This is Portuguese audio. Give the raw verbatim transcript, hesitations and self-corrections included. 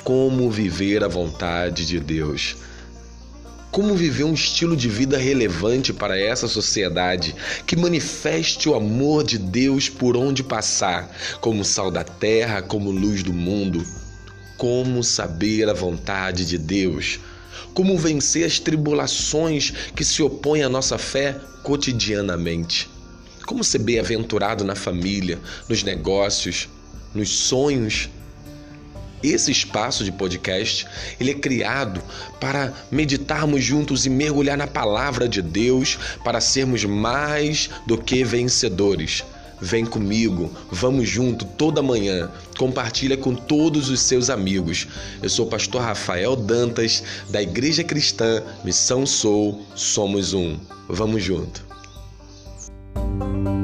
como viver a vontade de Deus. Como viver um estilo de vida relevante para essa sociedade, que manifeste o amor de Deus por onde passar, como sal da terra, como luz do mundo. Como saber a vontade de Deus. Como vencer as tribulações que se opõem à nossa fé cotidianamente. Como ser bem-aventurado na família, nos negócios, nos sonhos. Esse espaço de podcast, ele é criado para meditarmos juntos e mergulhar na palavra de Deus para sermos mais do que vencedores. Vem comigo, vamos junto toda manhã, compartilha com todos os seus amigos. Eu sou o pastor Rafael Dantas, da Igreja Cristã Missão Sou, somos um. Vamos junto.